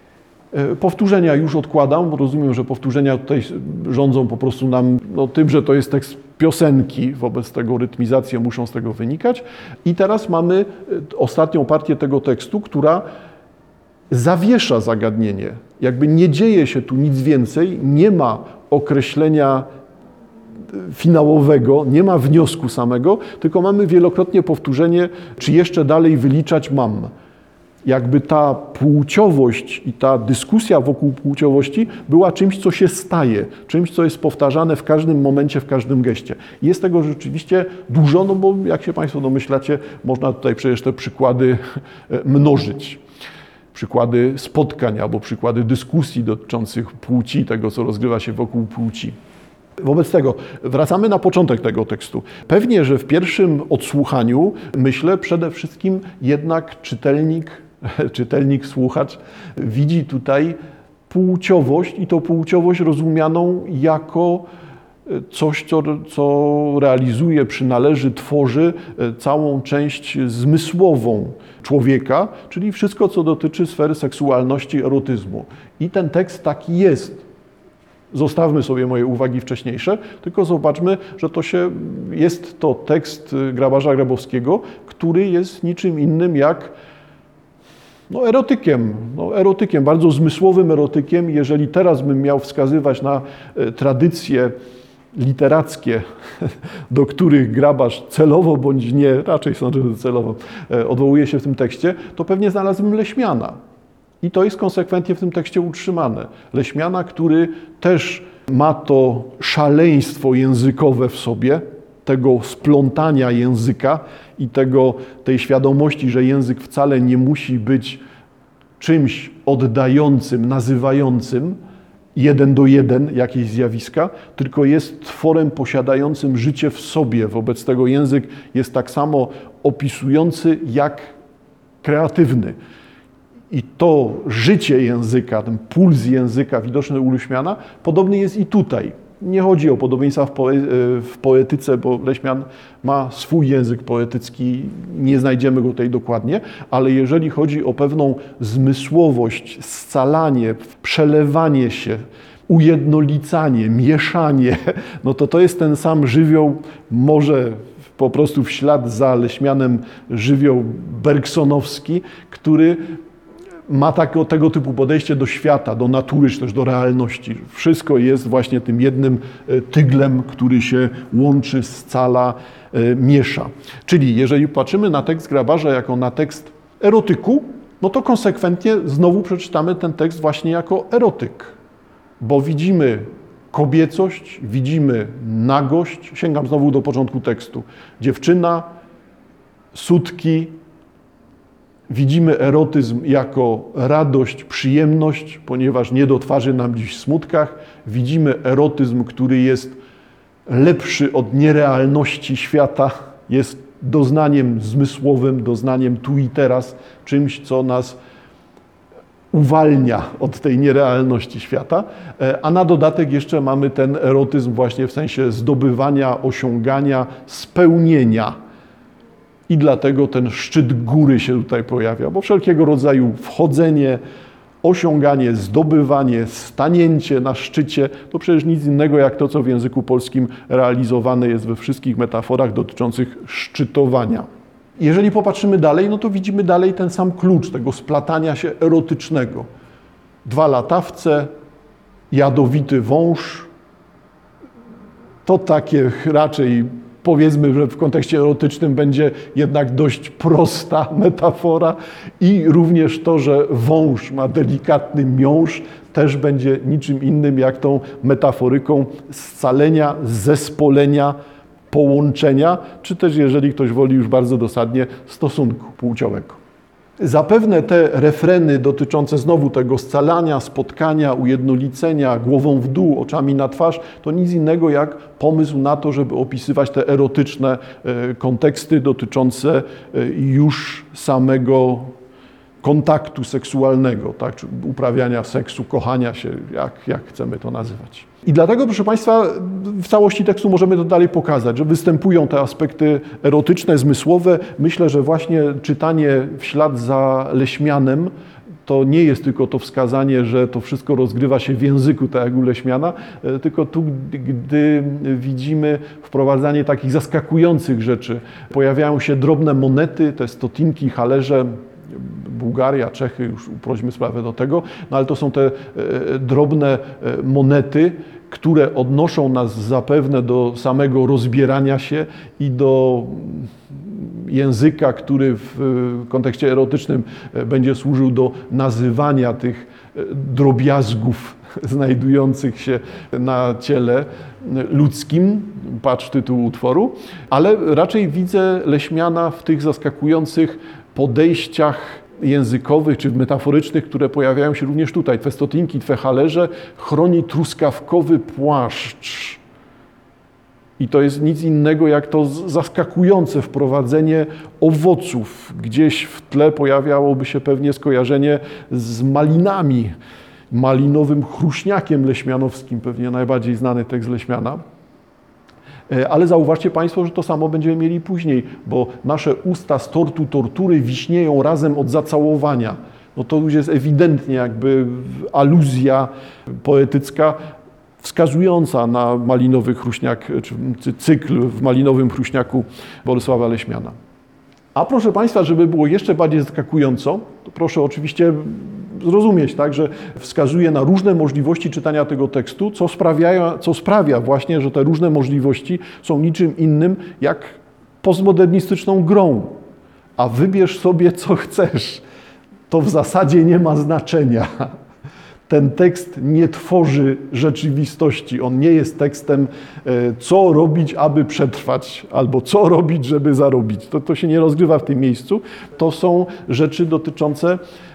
Powtórzenia już odkładam, bo rozumiem, że powtórzenia tutaj rządzą po prostu nam tym, że to jest tekst piosenki, wobec tego rytmizacje muszą z tego wynikać. I teraz mamy ostatnią partię tego tekstu, która zawiesza zagadnienie. Jakby nie dzieje się tu nic więcej, nie ma określenia finałowego, nie ma wniosku samego, tylko mamy wielokrotnie powtórzenie, czy jeszcze dalej wyliczać mam. Jakby ta płciowość i ta dyskusja wokół płciowości była czymś, co się staje, czymś, co jest powtarzane w każdym momencie, w każdym geście. Jest tego rzeczywiście dużo, no bo jak się Państwo domyślacie, można tutaj przecież te przykłady mnożyć. Przykłady spotkań albo przykłady dyskusji dotyczących płci, tego, co rozgrywa się wokół płci. Wobec tego wracamy na początek tego tekstu. Pewnie, że w pierwszym odsłuchaniu, myślę, przede wszystkim jednak czytelnik, słuchacz widzi tutaj płciowość i to płciowość rozumianą jako coś, co realizuje, przynależy, tworzy całą część zmysłową człowieka, czyli wszystko, co dotyczy sfery seksualności, erotyzmu. I ten tekst taki jest. Zostawmy sobie moje uwagi wcześniejsze, tylko zobaczmy, że jest to tekst Grabarza Grabowskiego, który jest niczym innym jak erotykiem, bardzo zmysłowym erotykiem. Jeżeli teraz bym miał wskazywać na tradycje literackie, do których Grabarz celowo bądź nie, raczej sądzę, że celowo odwołuje się w tym tekście, to pewnie znalazłbym Leśmiana. I to jest konsekwentnie w tym tekście utrzymane. Leśmiana, który też ma to szaleństwo językowe w sobie, tego splątania języka i tej świadomości, że język wcale nie musi być czymś oddającym, nazywającym jeden do jeden jakieś zjawiska, tylko jest tworem posiadającym życie w sobie. Wobec tego język jest tak samo opisujący jak kreatywny. I to życie języka, ten puls języka widoczny u Leśmiana, podobny jest i tutaj. Nie chodzi o podobieństwa w poetyce, bo Leśmian ma swój język poetycki, nie znajdziemy go tutaj dokładnie, ale jeżeli chodzi o pewną zmysłowość, scalanie, przelewanie się, ujednolicanie, mieszanie, no to jest ten sam żywioł, może po prostu w ślad za Leśmianem żywioł bergsonowski, który ma tego typu podejście do świata, do natury, czy też do realności. Wszystko jest właśnie tym jednym tyglem, który się łączy, scala, miesza. Czyli jeżeli patrzymy na tekst Grabarza jako na tekst erotyku, no to konsekwentnie znowu przeczytamy ten tekst właśnie jako erotyk. Bo widzimy kobiecość, widzimy nagość. Sięgam znowu do początku tekstu. Dziewczyna, sutki. Widzimy erotyzm jako radość, przyjemność, ponieważ nie dotwarzy nam dziś w smutkach. Widzimy erotyzm, który jest lepszy od nierealności świata, jest doznaniem zmysłowym, doznaniem tu i teraz, czymś, co nas uwalnia od tej nierealności świata. A na dodatek jeszcze mamy ten erotyzm właśnie w sensie zdobywania, osiągania, spełnienia. I dlatego ten szczyt góry się tutaj pojawia, bo wszelkiego rodzaju wchodzenie, osiąganie, zdobywanie, stanięcie na szczycie, to przecież nic innego jak to, co w języku polskim realizowane jest we wszystkich metaforach dotyczących szczytowania. Jeżeli popatrzymy dalej, no to widzimy dalej ten sam klucz tego splatania się erotycznego. 2 latawce, jadowity wąż, to takie raczej powiedzmy, że w kontekście erotycznym będzie jednak dość prosta metafora i również to, że wąż ma delikatny miąższ, też będzie niczym innym jak tą metaforyką scalenia, zespolenia, połączenia, czy też, jeżeli ktoś woli już bardzo dosadnie, stosunku płciowego. Zapewne te refreny dotyczące znowu tego scalania, spotkania, ujednolicenia, głową w dół, oczami na twarz, to nic innego jak pomysł na to, żeby opisywać te erotyczne konteksty dotyczące już samego kontaktu seksualnego, tak? Czy uprawiania seksu, kochania się, jak chcemy to nazywać. I dlatego, proszę Państwa, w całości tekstu możemy to dalej pokazać, że występują te aspekty erotyczne, zmysłowe. Myślę, że właśnie czytanie w ślad za Leśmianem to nie jest tylko to wskazanie, że to wszystko rozgrywa się w języku, tak jak u Leśmiana, tylko tu, gdy widzimy wprowadzanie takich zaskakujących rzeczy. Pojawiają się drobne monety, te stotinki, halerze, Bułgaria, Czechy, już uprośmy sprawę do tego, no ale to są te drobne monety, które odnoszą nas zapewne do samego rozbierania się i do języka, który w kontekście erotycznym będzie służył do nazywania tych drobiazgów znajdujących się na ciele ludzkim, patrz tytuł utworu, ale raczej widzę Leśmiana w tych zaskakujących podejściach językowych czy metaforycznych, które pojawiają się również tutaj. Twe stotinki, twe halerze chroni truskawkowy płaszcz. I to jest nic innego jak to zaskakujące wprowadzenie owoców. Gdzieś w tle pojawiałoby się pewnie skojarzenie z malinami, malinowym chruśniakiem leśmianowskim, pewnie najbardziej znany tekst Leśmiana. Ale zauważcie Państwo, że to samo będziemy mieli później, bo nasze usta z tortu tortury wiśnieją razem od zacałowania. No to już jest ewidentnie jakby aluzja poetycka wskazująca na malinowy chruśniak, czy cykl w malinowym chruśniaku Bolesława Leśmiana. A proszę Państwa, żeby było jeszcze bardziej zaskakująco, to proszę oczywiście zrozumieć, tak, że wskazuje na różne możliwości czytania tego tekstu, co sprawia właśnie, że te różne możliwości są niczym innym jak postmodernistyczną grą. A wybierz sobie, co chcesz. To w zasadzie nie ma znaczenia. Ten tekst nie tworzy rzeczywistości. On nie jest tekstem, co robić, aby przetrwać, albo co robić, żeby zarobić. To się nie rozgrywa w tym miejscu. To są rzeczy dotyczące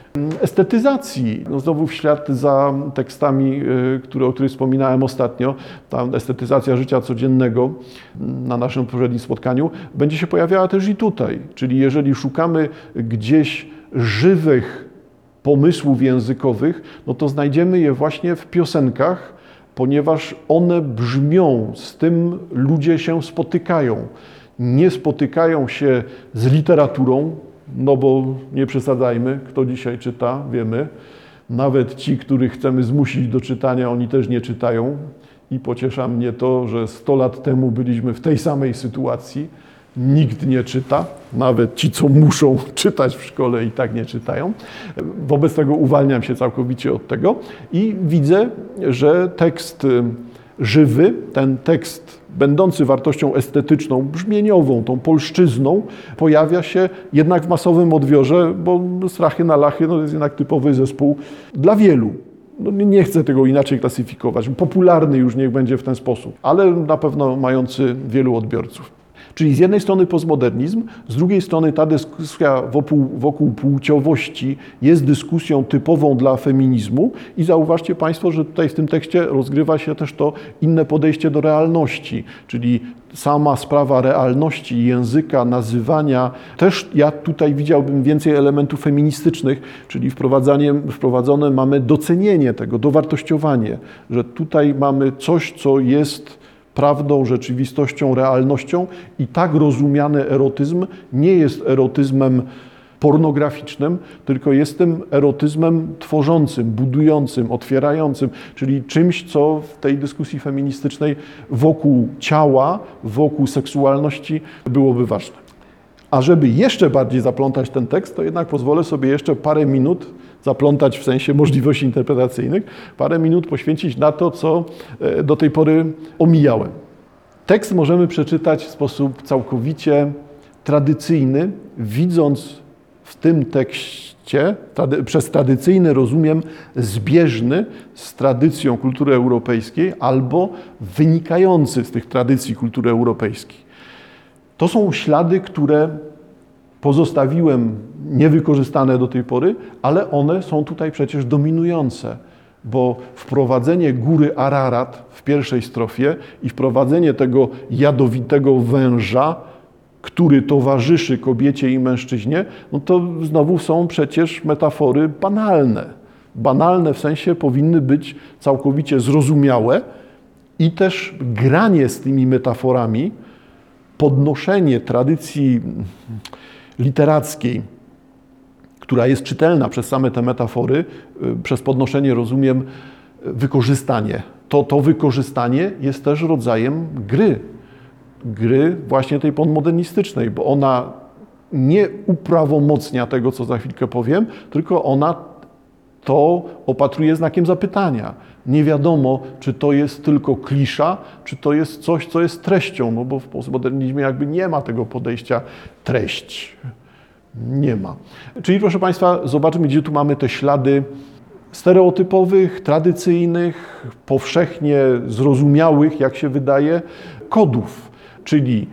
estetyzacji. No znowu w ślad za tekstami, o których wspominałem ostatnio, ta estetyzacja życia codziennego na naszym poprzednim spotkaniu będzie się pojawiała też i tutaj. Czyli jeżeli szukamy gdzieś żywych pomysłów językowych, no to znajdziemy je właśnie w piosenkach, ponieważ one brzmią, z tym ludzie się spotykają. Nie spotykają się z literaturą, no bo nie przesadzajmy, kto dzisiaj czyta, wiemy. Nawet ci, których chcemy zmusić do czytania, oni też nie czytają. I pociesza mnie to, że 100 lat temu byliśmy w tej samej sytuacji. Nikt nie czyta, nawet ci, co muszą czytać w szkole i tak nie czytają. Wobec tego uwalniam się całkowicie od tego i widzę, że tekst żywy, ten tekst będący wartością estetyczną, brzmieniową, tą polszczyzną, pojawia się jednak w masowym odbiorze, bo Strachy na Lachy no, jest jednak typowy zespół dla wielu. No, nie chcę tego inaczej klasyfikować. Popularny już niech będzie w ten sposób, ale na pewno mający wielu odbiorców. Czyli z jednej strony postmodernizm, z drugiej strony ta dyskusja wokół płciowości jest dyskusją typową dla feminizmu i zauważcie Państwo, że tutaj w tym tekście rozgrywa się też to inne podejście do realności, czyli sama sprawa realności, języka, nazywania. Też ja tutaj widziałbym więcej elementów feministycznych, czyli wprowadzone mamy docenienie tego, dowartościowanie, że tutaj mamy coś, co jest prawdą, rzeczywistością, realnością i tak rozumiany erotyzm nie jest erotyzmem pornograficznym, tylko jest tym erotyzmem tworzącym, budującym, otwierającym, czyli czymś, co w tej dyskusji feministycznej wokół ciała, wokół seksualności byłoby ważne. A żeby jeszcze bardziej zaplątać ten tekst, to jednak pozwolę sobie jeszcze parę minut zaplątać w sensie możliwości interpretacyjnych, parę minut poświęcić na to, co do tej pory omijałem. Tekst możemy przeczytać w sposób całkowicie tradycyjny, widząc w tym tekście, przez tradycyjny rozumiem zbieżny z tradycją kultury europejskiej albo wynikający z tych tradycji kultury europejskiej. To są ślady, które pozostawiłem niewykorzystane do tej pory, ale one są tutaj przecież dominujące, bo wprowadzenie góry Ararat w pierwszej strofie i wprowadzenie tego jadowitego węża, który towarzyszy kobiecie i mężczyźnie, no to znowu są przecież metafory banalne. Banalne w sensie powinny być całkowicie zrozumiałe i też granie z tymi metaforami, podnoszenie tradycji literackiej, która jest czytelna przez same te metafory, przez podnoszenie rozumiem wykorzystanie. To wykorzystanie jest też rodzajem gry właśnie tej postmodernistycznej, bo ona nie uprawomocnia tego, co za chwilkę powiem, tylko ona to opatruje znakiem zapytania. Nie wiadomo, czy to jest tylko klisza, czy to jest coś, co jest treścią, no bo w postmodernizmie jakby nie ma tego podejścia treść. Nie ma. Czyli proszę Państwa, zobaczymy, gdzie tu mamy te ślady stereotypowych, tradycyjnych, powszechnie zrozumiałych, jak się wydaje, kodów. Czyli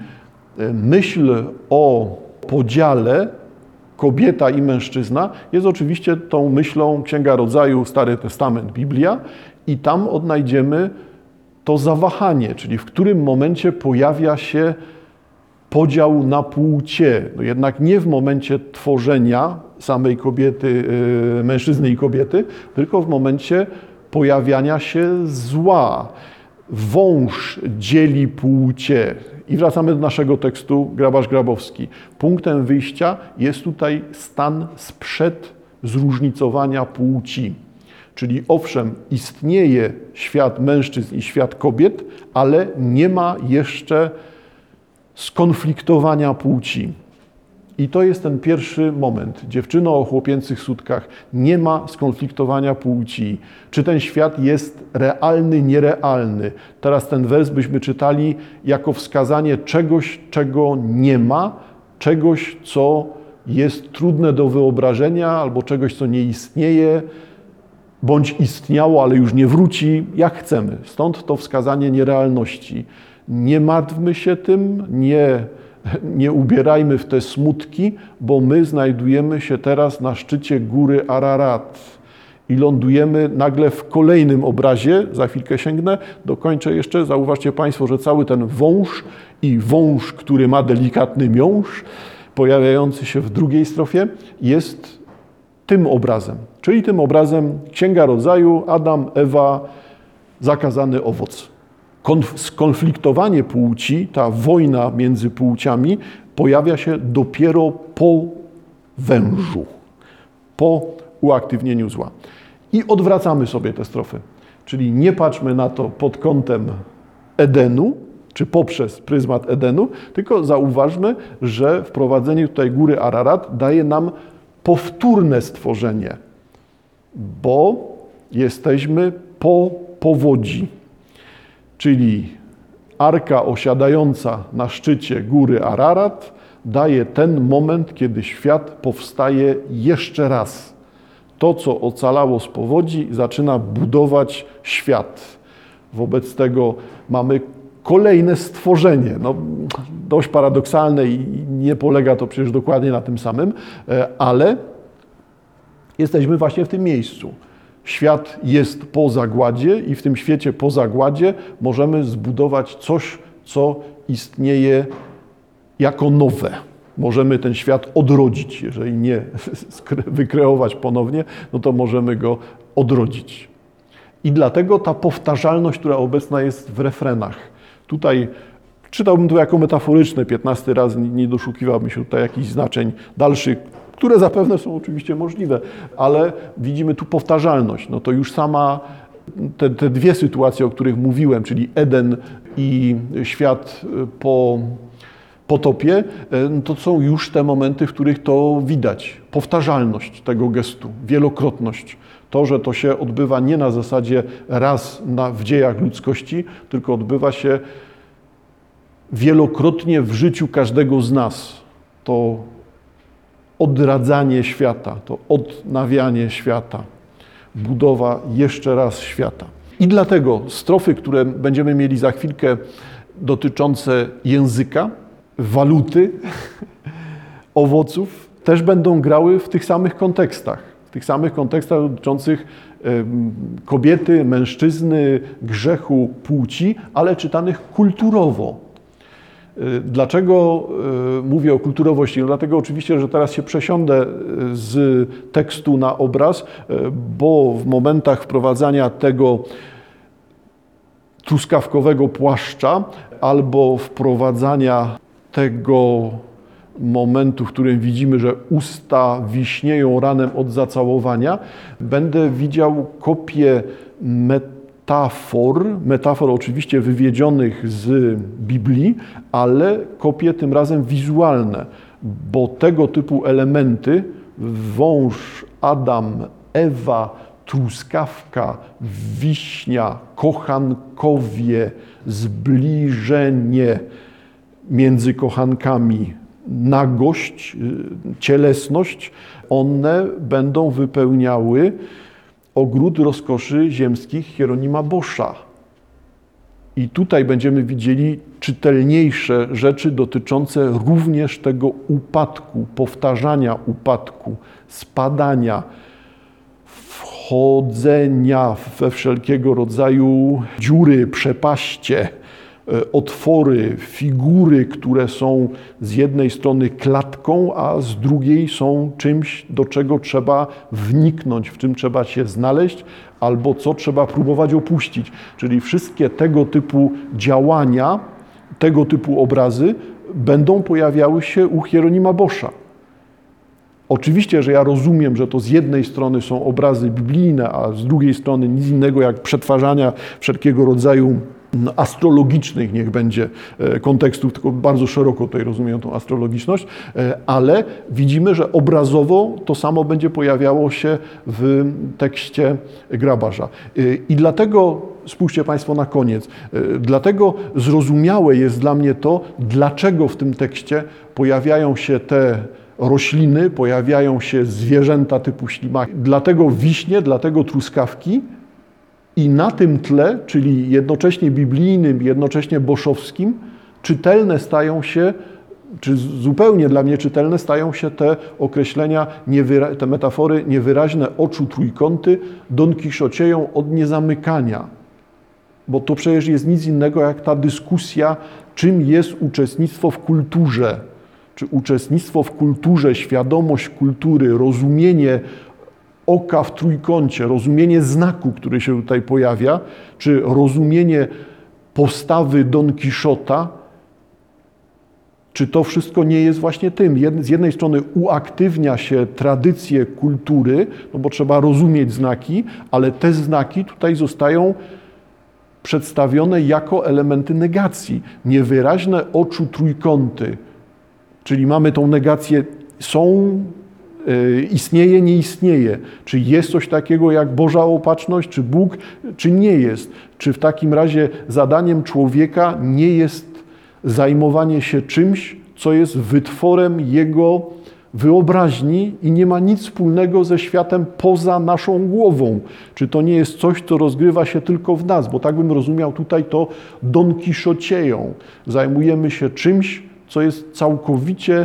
myśl o podziale kobieta i mężczyzna jest oczywiście tą myślą Księga Rodzaju, Stary Testament, Biblia i tam odnajdziemy to zawahanie, czyli w którym momencie pojawia się podział na płcie. No jednak nie w momencie tworzenia samej kobiety, mężczyzny i kobiety, tylko w momencie pojawiania się zła. Wąż dzieli płcie. I wracamy do naszego tekstu Grabarz-Grabowski. Punktem wyjścia jest tutaj stan sprzed zróżnicowania płci. Czyli owszem, istnieje świat mężczyzn i świat kobiet, ale nie ma jeszcze skonfliktowania płci. I to jest ten pierwszy moment. Dziewczyno o chłopięcych sutkach, nie ma skonfliktowania płci. Czy ten świat jest realny, nierealny? Teraz ten wers byśmy czytali jako wskazanie czegoś, czego nie ma, czegoś, co jest trudne do wyobrażenia, albo czegoś, co nie istnieje, bądź istniało, ale już nie wróci, jak chcemy. Stąd to wskazanie nierealności. Nie martwmy się tym, nie ubierajmy w te smutki, bo my znajdujemy się teraz na szczycie góry Ararat i lądujemy nagle w kolejnym obrazie, za chwilkę sięgnę, dokończę jeszcze, zauważcie Państwo, że cały ten wąż i wąż, który ma delikatny miąższ, pojawiający się w drugiej strofie, jest tym obrazem, czyli tym obrazem Księga Rodzaju, Adam, Ewa, zakazany owoc. Skonfliktowanie płci, ta wojna między płciami pojawia się dopiero po wężu, po uaktywnieniu zła. I odwracamy sobie te strofy. Czyli nie patrzmy na to pod kątem Edenu, czy poprzez pryzmat Edenu, tylko zauważmy, że wprowadzenie tutaj góry Ararat daje nam powtórne stworzenie, bo jesteśmy po powodzi. Czyli arka osiadająca na szczycie góry Ararat daje ten moment, kiedy świat powstaje jeszcze raz. To, co ocalało z powodzi, zaczyna budować świat. Wobec tego mamy kolejne stworzenie. No, dość paradoksalne i nie polega to przecież dokładnie na tym samym, ale jesteśmy właśnie w tym miejscu. Świat jest po zagładzie i w tym świecie po zagładzie możemy zbudować coś, co istnieje jako nowe. Możemy ten świat odrodzić. Jeżeli nie wykreować ponownie, no to możemy go odrodzić. I dlatego ta powtarzalność, która obecna jest w refrenach. Tutaj czytałbym to jako metaforyczne, 15 raz nie doszukiwałbym się tutaj jakichś znaczeń dalszych, które zapewne są oczywiście możliwe, ale widzimy tu powtarzalność. No to już sama te dwie sytuacje, o których mówiłem, czyli Eden i świat po potopie, to są już te momenty, w których to widać. Powtarzalność tego gestu, wielokrotność. To, że to się odbywa nie na zasadzie raz w dziejach ludzkości, tylko odbywa się wielokrotnie w życiu każdego z nas. To odradzanie świata, to odnawianie świata, budowa jeszcze raz świata. I dlatego strofy, które będziemy mieli za chwilkę dotyczące języka, waluty, owoców, też będą grały w tych samych kontekstach. W tych samych kontekstach dotyczących kobiety, mężczyzny, grzechu, płci, ale czytanych kulturowo. Dlaczego mówię o kulturowości? No dlatego oczywiście, że teraz się przesiądę z tekstu na obraz, bo w momentach wprowadzania tego truskawkowego płaszcza albo wprowadzania tego momentu, w którym widzimy, że usta wiśnieją ranem od zacałowania, będę widział kopię metafor oczywiście wywiedzionych z Biblii, ale kopie tym razem wizualne, bo tego typu elementy, wąż, Adam, Ewa, truskawka, wiśnia, kochankowie, zbliżenie między kochankami, nagość, cielesność, one będą wypełniały ogród rozkoszy ziemskich Hieronima Boscha. I tutaj będziemy widzieli czytelniejsze rzeczy dotyczące również tego upadku, powtarzania upadku, spadania, wchodzenia we wszelkiego rodzaju dziury, przepaście, otwory, figury, które są z jednej strony klatką, a z drugiej są czymś, do czego trzeba wniknąć, w czym trzeba się znaleźć, albo co trzeba próbować opuścić. Czyli wszystkie tego typu działania, tego typu obrazy będą pojawiały się u Hieronima Boscha. Oczywiście, że ja rozumiem, że to z jednej strony są obrazy biblijne, a z drugiej strony nic innego jak przetwarzania wszelkiego rodzaju astrologicznych, niech będzie kontekstów, tylko bardzo szeroko tutaj rozumiem tą astrologiczność, ale widzimy, że obrazowo to samo będzie pojawiało się w tekście Grabarza. I dlatego, spójrzcie Państwo na koniec, dlatego zrozumiałe jest dla mnie to, dlaczego w tym tekście pojawiają się te rośliny, pojawiają się zwierzęta typu ślimaki, dlatego wiśnie, dlatego truskawki. I na tym tle, czyli jednocześnie biblijnym, jednocześnie boszowskim, czytelne stają się, czy zupełnie dla mnie czytelne stają się te określenia, te metafory niewyraźne oczu trójkąty Don Kichocieją od niezamykania. Bo to przecież jest nic innego jak ta dyskusja, czym jest uczestnictwo w kulturze. Czy uczestnictwo w kulturze, świadomość kultury, rozumienie oka w trójkącie, rozumienie znaku, który się tutaj pojawia, czy rozumienie postawy Don Kichota, czy to wszystko nie jest właśnie tym? Z jednej strony uaktywnia się tradycje kultury, no bo trzeba rozumieć znaki, ale te znaki tutaj zostają przedstawione jako elementy negacji. Niewyraźne oczu trójkąty, czyli mamy tą negację, istnieje, nie istnieje. Czy jest coś takiego jak Boża opatrzność, czy Bóg, czy nie jest? Czy w takim razie zadaniem człowieka nie jest zajmowanie się czymś, co jest wytworem jego wyobraźni i nie ma nic wspólnego ze światem poza naszą głową? Czy to nie jest coś, co rozgrywa się tylko w nas? Bo tak bym rozumiał tutaj to Don Kichocieją. Zajmujemy się czymś, co jest całkowicie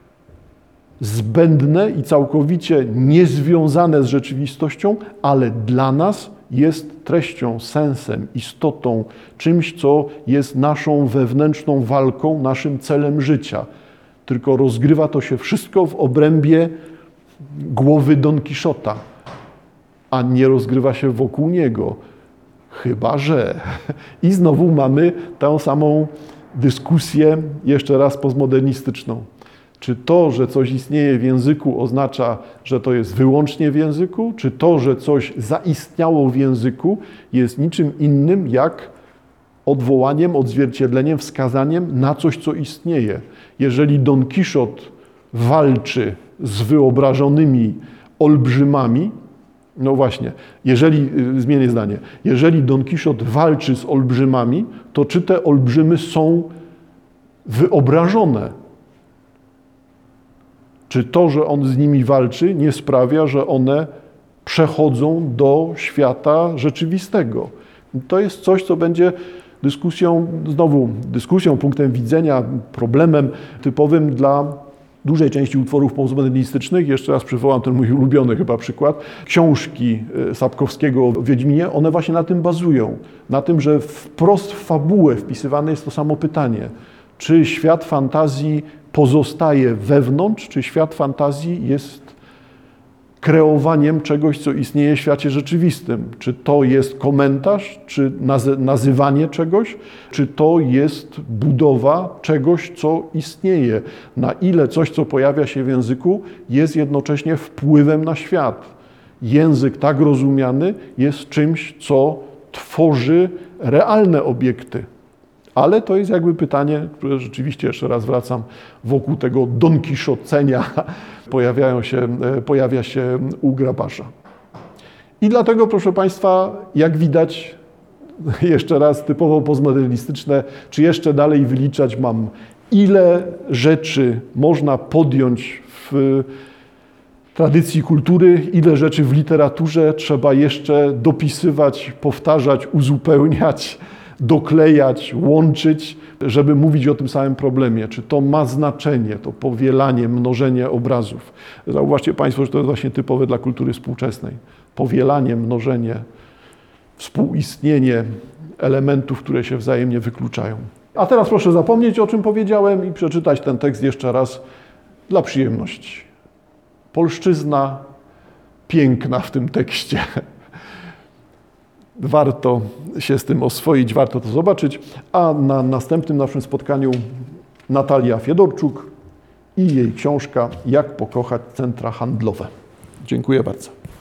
zbędne i całkowicie niezwiązane z rzeczywistością, ale dla nas jest treścią, sensem, istotą, czymś, co jest naszą wewnętrzną walką, naszym celem życia. Tylko rozgrywa to się wszystko w obrębie głowy Don Kichota, a nie rozgrywa się wokół niego. Chyba że. I znowu mamy tę samą dyskusję, jeszcze raz postmodernistyczną. Czy to, że coś istnieje w języku, oznacza, że to jest wyłącznie w języku? Czy to, że coś zaistniało w języku, jest niczym innym jak odwołaniem, odzwierciedleniem, wskazaniem na coś, co istnieje? Jeżeli Don Kichot walczy z wyobrażonymi olbrzymami, no właśnie, zmienię zdanie, jeżeli Don Kichot walczy z olbrzymami, to czy te olbrzymy są wyobrażone? Czy to, że on z nimi walczy, nie sprawia, że one przechodzą do świata rzeczywistego? To jest coś, co będzie dyskusją, punktem widzenia, problemem typowym dla dużej części utworów postmodernistycznych. Jeszcze raz przywołam ten mój ulubiony chyba przykład. Książki Sapkowskiego o Wiedźminie, one właśnie na tym bazują. Na tym, że wprost w fabułę wpisywane jest to samo pytanie. Czy świat fantazji pozostaje wewnątrz, czy świat fantazji jest kreowaniem czegoś, co istnieje w świecie rzeczywistym. Czy to jest komentarz, czy nazywanie czegoś, czy to jest budowa czegoś, co istnieje. Na ile coś, co pojawia się w języku, jest jednocześnie wpływem na świat. Język tak rozumiany jest czymś, co tworzy realne obiekty. Ale to jest jakby pytanie, które rzeczywiście, jeszcze raz wracam, wokół tego donkiszocenia pojawia się u Grabasza. I dlatego, proszę Państwa, jak widać, jeszcze raz typowo postmodernistyczne, czy jeszcze dalej wyliczać mam, ile rzeczy można podjąć w tradycji kultury, ile rzeczy w literaturze trzeba jeszcze dopisywać, powtarzać, uzupełniać, doklejać, łączyć, żeby mówić o tym samym problemie. Czy to ma znaczenie, to powielanie, mnożenie obrazów. Zauważcie Państwo, że to jest właśnie typowe dla kultury współczesnej. Powielanie, mnożenie, współistnienie elementów, które się wzajemnie wykluczają. A teraz proszę zapomnieć, o czym powiedziałem i przeczytać ten tekst jeszcze raz dla przyjemności. Polszczyzna piękna w tym tekście. Warto się z tym oswoić, warto to zobaczyć. A na następnym naszym spotkaniu Natalia Fiedorczuk i jej książka Jak pokochać centra handlowe. Dziękuję bardzo.